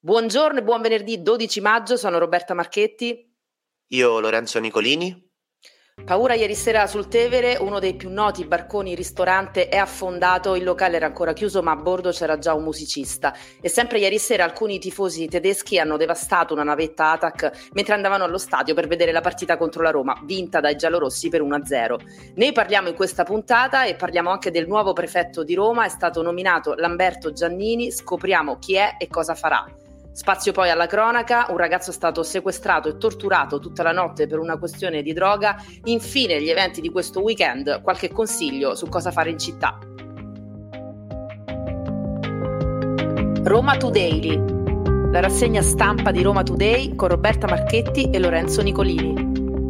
Buongiorno e buon venerdì 12 maggio, sono Roberta Marchetti. Io Lorenzo Nicolini. Paura ieri sera sul Tevere, uno dei più noti barconi ristorante è affondato, il locale era ancora chiuso ma a bordo c'era già un musicista e sempre ieri sera alcuni tifosi tedeschi hanno devastato una navetta ATAC mentre andavano allo stadio per vedere la partita contro la Roma, vinta dai giallorossi per 1-0. Ne parliamo in questa puntata e parliamo anche del nuovo prefetto di Roma, è stato nominato Lamberto Giannini, scopriamo chi è e cosa farà. Spazio poi alla cronaca, un ragazzo è stato sequestrato e torturato tutta la notte per una questione di droga. Infine gli eventi di questo weekend, qualche consiglio su cosa fare in città. Roma Today, la rassegna stampa di Roma Today con Roberta Marchetti e Lorenzo Nicolini.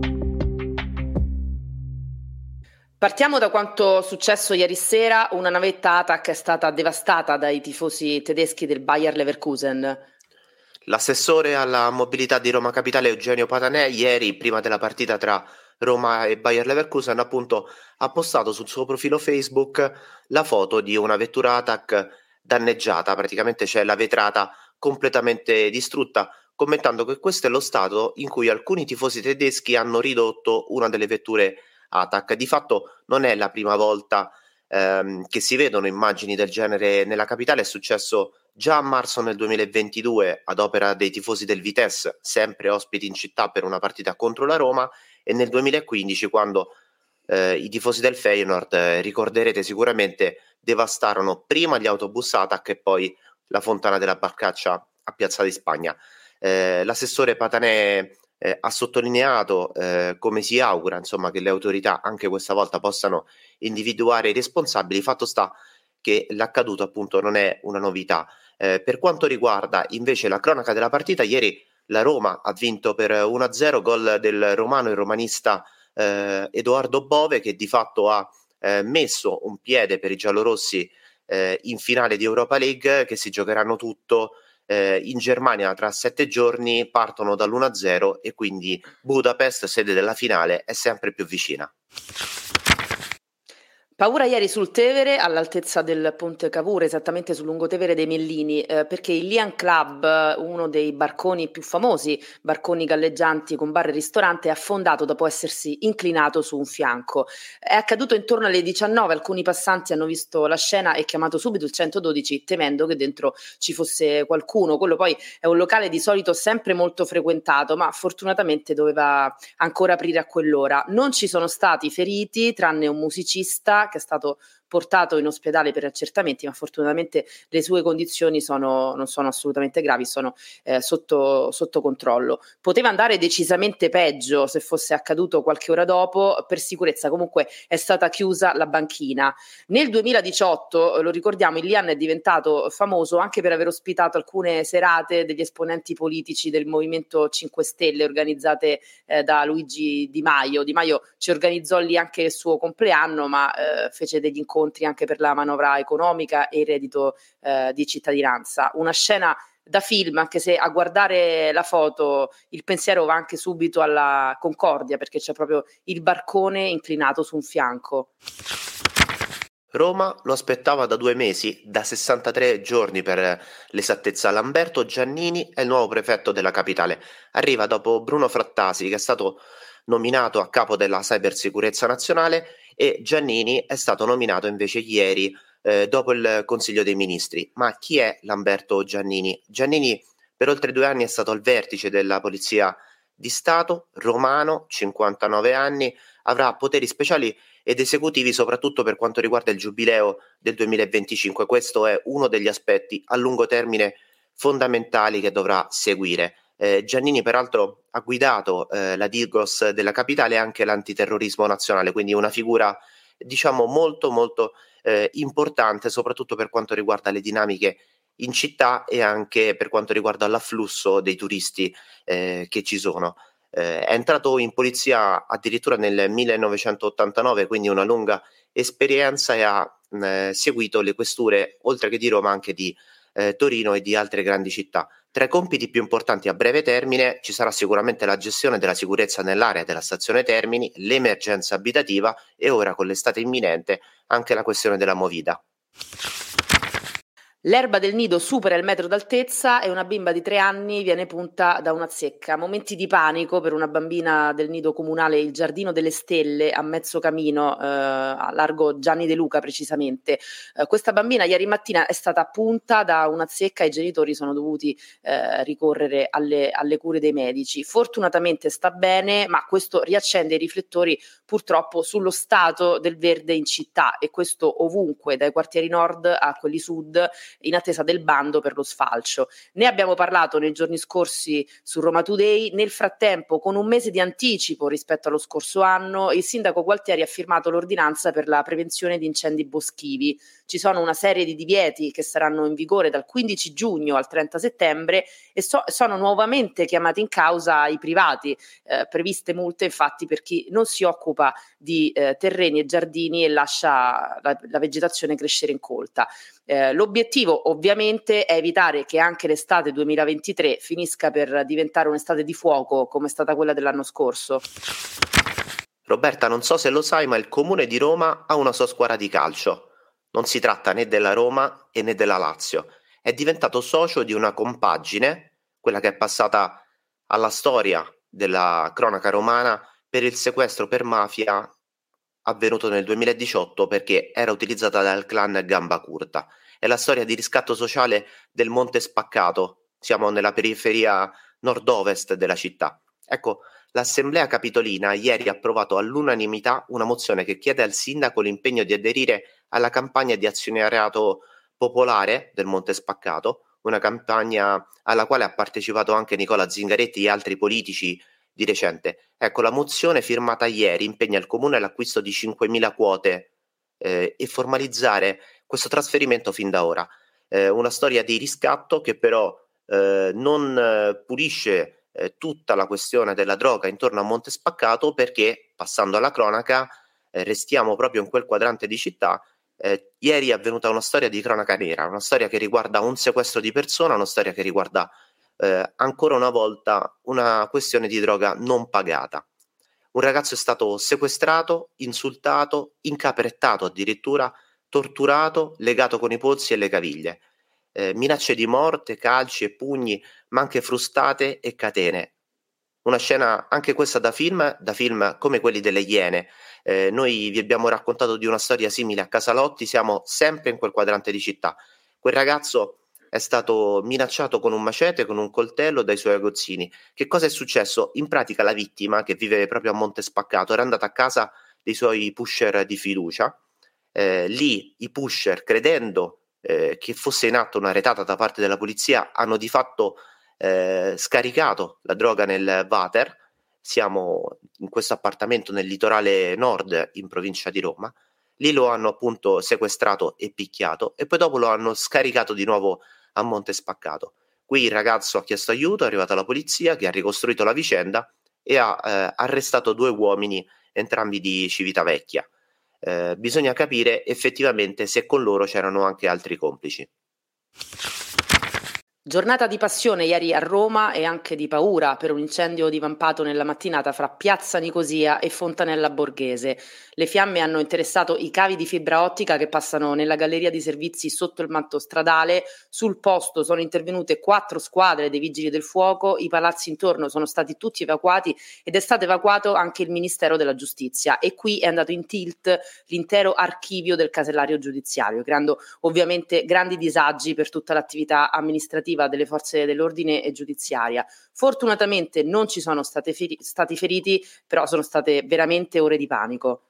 Partiamo da quanto successo ieri sera, una navetta ATAC è stata devastata dai tifosi tedeschi del Bayer Leverkusen. L'assessore alla mobilità di Roma Capitale Eugenio Patanè ieri, prima della partita tra Roma e Bayer Leverkusen, appunto ha postato sul suo profilo Facebook la foto di una vettura ATAC danneggiata, praticamente c'è la vetrata completamente distrutta, commentando che questo è lo stato in cui alcuni tifosi tedeschi hanno ridotto una delle vetture ATAC. Di fatto non è la prima volta che si vedono immagini del genere nella capitale, è successo già a marzo nel 2022 ad opera dei tifosi del Vitesse, sempre ospiti in città per una partita contro la Roma, e nel 2015 quando i tifosi del Feyenoord, ricorderete sicuramente, devastarono prima gli autobus ATAC e poi la fontana della Barcaccia a Piazza di Spagna. L'assessore Patanè ha sottolineato come si augura, insomma, che le autorità anche questa volta possano individuare i responsabili. Fatto sta che l'accaduto appunto non è una novità. Per quanto riguarda invece la cronaca della partita, ieri la Roma ha vinto per 1-0, gol del romano e romanista Edoardo Bove, che di fatto ha messo un piede per i giallorossi in finale di Europa League, che si giocheranno tutto in Germania tra 7 giorni. Partono dall'1-0 e quindi Budapest, sede della finale, è sempre più vicina. Paura ieri sul Tevere, all'altezza del Ponte Cavour, esattamente sul lungotevere dei Mellini, perché il Lian Club, uno dei barconi più famosi, barconi galleggianti con bar e ristorante, è affondato dopo essersi inclinato su un fianco. È accaduto intorno alle 19, alcuni passanti hanno visto la scena e chiamato subito il 112 temendo che dentro ci fosse qualcuno. Quello poi è un locale di solito sempre molto frequentato, ma fortunatamente doveva ancora aprire a quell'ora. Non ci sono stati feriti, tranne un musicista che è stato portato in ospedale per accertamenti, ma fortunatamente le sue condizioni non sono assolutamente gravi, sono sotto controllo. Poteva andare decisamente peggio se fosse accaduto qualche ora dopo. Per sicurezza comunque è stata chiusa la banchina. Nel 2018, lo ricordiamo, il Lian è diventato famoso anche per aver ospitato alcune serate degli esponenti politici del Movimento 5 Stelle organizzate da Luigi Di Maio. Di Maio ci organizzò lì anche il suo compleanno, ma fece degli incontri anche per la manovra economica e il reddito di cittadinanza. Una scena da film, anche se a guardare la foto il pensiero va anche subito alla Concordia, perché c'è proprio il barcone inclinato su un fianco. Roma lo aspettava da 2 mesi, da 63 giorni per l'esattezza. Lamberto Giannini è il nuovo prefetto della capitale. Arriva dopo Bruno Frattasi, che è stato nominato a capo della cybersicurezza nazionale, e Giannini è stato nominato invece ieri dopo il Consiglio dei Ministri. Ma chi è Lamberto Giannini? Giannini per oltre 2 anni è stato al vertice della Polizia di Stato, romano, 59 anni, avrà poteri speciali ed esecutivi soprattutto per quanto riguarda il giubileo del 2025. Questo è uno degli aspetti a lungo termine fondamentali che dovrà seguire. Giannini peraltro ha guidato la Digos della capitale e anche l'antiterrorismo nazionale, quindi una figura diciamo molto molto importante soprattutto per quanto riguarda le dinamiche in città e anche per quanto riguarda l'afflusso dei turisti che ci sono. È entrato in polizia addirittura nel 1989, quindi una lunga esperienza, e ha seguito le questure oltre che di Roma anche di Torino e di altre grandi città. Tra i compiti più importanti a breve termine ci sarà sicuramente la gestione della sicurezza nell'area della stazione Termini, l'emergenza abitativa e ora con l'estate imminente anche la questione della movida. L'erba del nido supera il metro d'altezza e una bimba di 3 anni viene punta da una zecca. Momenti di panico per una bambina del nido comunale Il Giardino delle Stelle a mezzo camino, a largo Gianni De Luca precisamente. Questa bambina ieri mattina è stata punta da una zecca e i genitori sono dovuti ricorrere alle cure dei medici. Fortunatamente sta bene, ma questo riaccende i riflettori purtroppo sullo stato del verde in città, e questo ovunque, dai quartieri nord a quelli sud, in attesa del bando per lo sfalcio. Ne abbiamo parlato nei giorni scorsi su Roma Today. Nel frattempo, con un mese di anticipo rispetto allo scorso anno, il sindaco Gualtieri ha firmato l'ordinanza per la prevenzione di incendi boschivi. Ci sono una serie di divieti che saranno in vigore dal 15 giugno al 30 settembre e sono nuovamente chiamati in causa i privati, previste multe infatti per chi non si occupa di terreni e giardini e lascia la vegetazione crescere incolta. L'obiettivo ovviamente è evitare che anche l'estate 2023 finisca per diventare un'estate di fuoco come è stata quella dell'anno scorso. Roberta, non so se lo sai, ma il comune di Roma ha una sua squadra di calcio. Non si tratta né della Roma né della Lazio. È diventato socio di una compagine, quella che è passata alla storia della cronaca romana per il sequestro per mafia avvenuto nel 2018 perché era utilizzata dal clan Gamba Curta. È la storia di riscatto sociale del Monte Spaccato. Siamo nella periferia nord-ovest della città. Ecco, l'Assemblea Capitolina ieri ha approvato all'unanimità una mozione che chiede al sindaco l'impegno di aderire alla campagna di azionariato popolare del Monte Spaccato, una campagna alla quale ha partecipato anche Nicola Zingaretti e altri politici di recente. Ecco, la mozione firmata ieri impegna il comune all'acquisto di 5.000 quote e formalizzare questo trasferimento fin da ora. Una storia di riscatto che però non pulisce tutta la questione della droga intorno a Monte Spaccato, perché, passando alla cronaca, restiamo proprio in quel quadrante di città. Ieri è avvenuta una storia di cronaca nera, una storia che riguarda un sequestro di persona, una storia che riguarda ancora una volta una questione di droga non pagata. Un ragazzo è stato sequestrato, insultato, incaprettato addirittura, torturato, legato con i polsi e le caviglie. Minacce di morte, calci e pugni, ma anche frustate e catene. Una scena anche questa da film come quelli delle Iene. Noi vi abbiamo raccontato di una storia simile a Casalotti, siamo sempre in quel quadrante di città. Quel ragazzo è stato minacciato con un macete, con un coltello dai suoi aguzzini. Che cosa è successo? In pratica la vittima, che vive proprio a Monte Spaccato, era andata a casa dei suoi pusher di fiducia. Lì i pusher, credendo che fosse in atto una retata da parte della polizia, hanno di fatto scaricato la droga nel water. Siamo in questo appartamento nel litorale nord in provincia di Roma. Lì lo hanno appunto sequestrato e picchiato e poi dopo lo hanno scaricato di nuovo a Monte Spaccato. Qui il ragazzo ha chiesto aiuto, è arrivata la polizia che ha ricostruito la vicenda e ha arrestato 2 uomini, entrambi di Civitavecchia. Bisogna capire effettivamente se con loro c'erano anche altri complici. Giornata di passione ieri a Roma e anche di paura per un incendio divampato nella mattinata fra Piazza Nicosia e Fontanella Borghese. Le fiamme hanno interessato i cavi di fibra ottica che passano nella galleria di servizi sotto il manto stradale. Sul posto sono intervenute 4 squadre dei vigili del fuoco, i palazzi intorno sono stati tutti evacuati ed è stato evacuato anche il Ministero della Giustizia, e qui è andato in tilt l'intero archivio del casellario giudiziario, creando ovviamente grandi disagi per tutta l'attività amministrativa delle forze dell'ordine e giudiziaria. Fortunatamente non ci sono stati feriti, però sono state veramente ore di panico.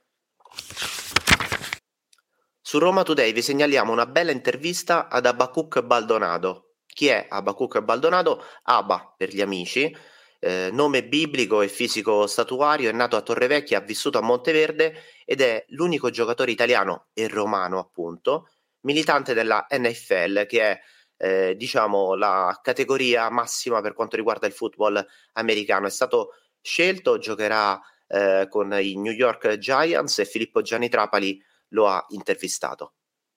Su Roma Today vi segnaliamo una bella intervista ad Abacuc Baldonado. Chi è Abacuc Baldonado? Aba per gli amici, nome biblico e fisico statuario, è nato a Torrevecchia, ha vissuto a Monteverde ed è l'unico giocatore italiano e romano appunto, militante della NFL, che è diciamo la categoria massima per quanto riguarda il football americano. È stato scelto, giocherà con i New York Giants e Filippo Gianni Trapani lo ha intervistato.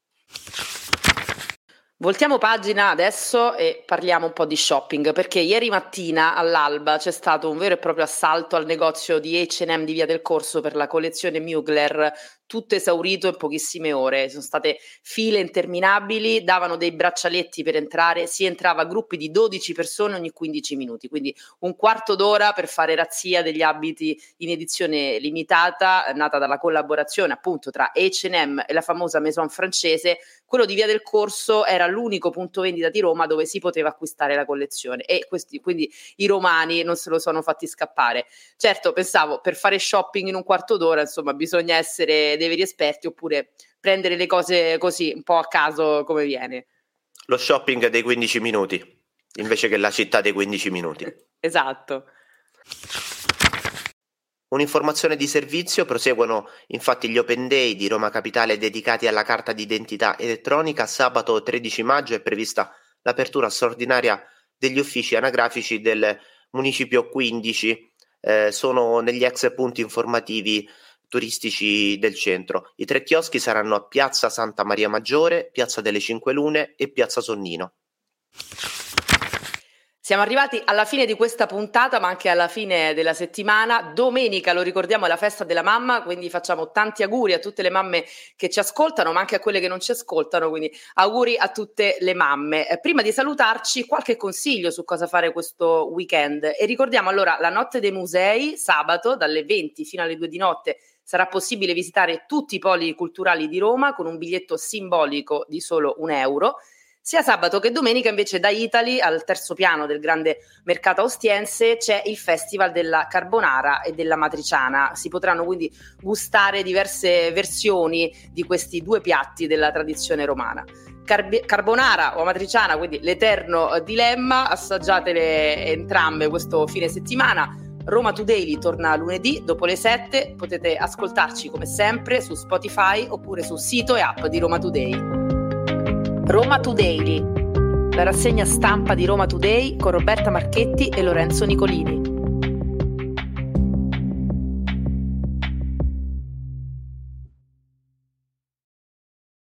Voltiamo pagina adesso e parliamo un po' di shopping, perché ieri mattina all'alba c'è stato un vero e proprio assalto al negozio di H&M di Via del Corso per la collezione Mugler. tutto esaurito in pochissime ore. Sono state file interminabili, davano dei braccialetti per entrare, si entrava a gruppi di 12 persone ogni 15 minuti, quindi un quarto d'ora per fare razzia degli abiti in edizione limitata, nata dalla collaborazione appunto tra H&M e la famosa maison francese. Quello di Via del Corso era l'unico punto vendita di Roma dove si poteva acquistare la collezione, e quindi i romani non se lo sono fatti scappare. Certo, pensavo, per fare shopping in un quarto d'ora, insomma, bisogna essere dei veri esperti, oppure prendere le cose così un po' a caso come viene. Lo shopping dei 15 minuti invece che la città dei 15 minuti. Esatto. Un'informazione di servizio: proseguono infatti gli Open Day di Roma Capitale dedicati alla carta d'identità elettronica. Sabato 13 maggio è prevista l'apertura straordinaria degli uffici anagrafici del Municipio 15, sono negli ex punti informativi turistici del centro. I 3 chioschi saranno a Piazza Santa Maria Maggiore, Piazza delle Cinque Lune e Piazza Sonnino. Siamo arrivati alla fine di questa puntata, ma anche alla fine della settimana. Domenica, lo ricordiamo, è la festa della mamma, quindi facciamo tanti auguri a tutte le mamme che ci ascoltano, ma anche a quelle che non ci ascoltano, quindi auguri a tutte le mamme. Prima di salutarci, qualche consiglio su cosa fare questo weekend. E ricordiamo allora la Notte dei Musei, sabato dalle 20 fino alle 2 di notte. Sarà possibile visitare tutti i poli culturali di Roma con un biglietto simbolico di solo €1. Sia sabato che domenica invece da Italy, al terzo piano del grande mercato ostiense, c'è il Festival della Carbonara e della Matriciana. Si potranno quindi gustare diverse versioni di questi 2 piatti della tradizione romana. Carbonara o Matriciana, quindi l'eterno dilemma, assaggiatele entrambe questo fine settimana. Roma Today torna lunedì dopo le 7, potete ascoltarci come sempre su Spotify oppure sul sito e app di Roma Today. Roma Today, la rassegna stampa di Roma Today con Roberta Marchetti e Lorenzo Nicolini.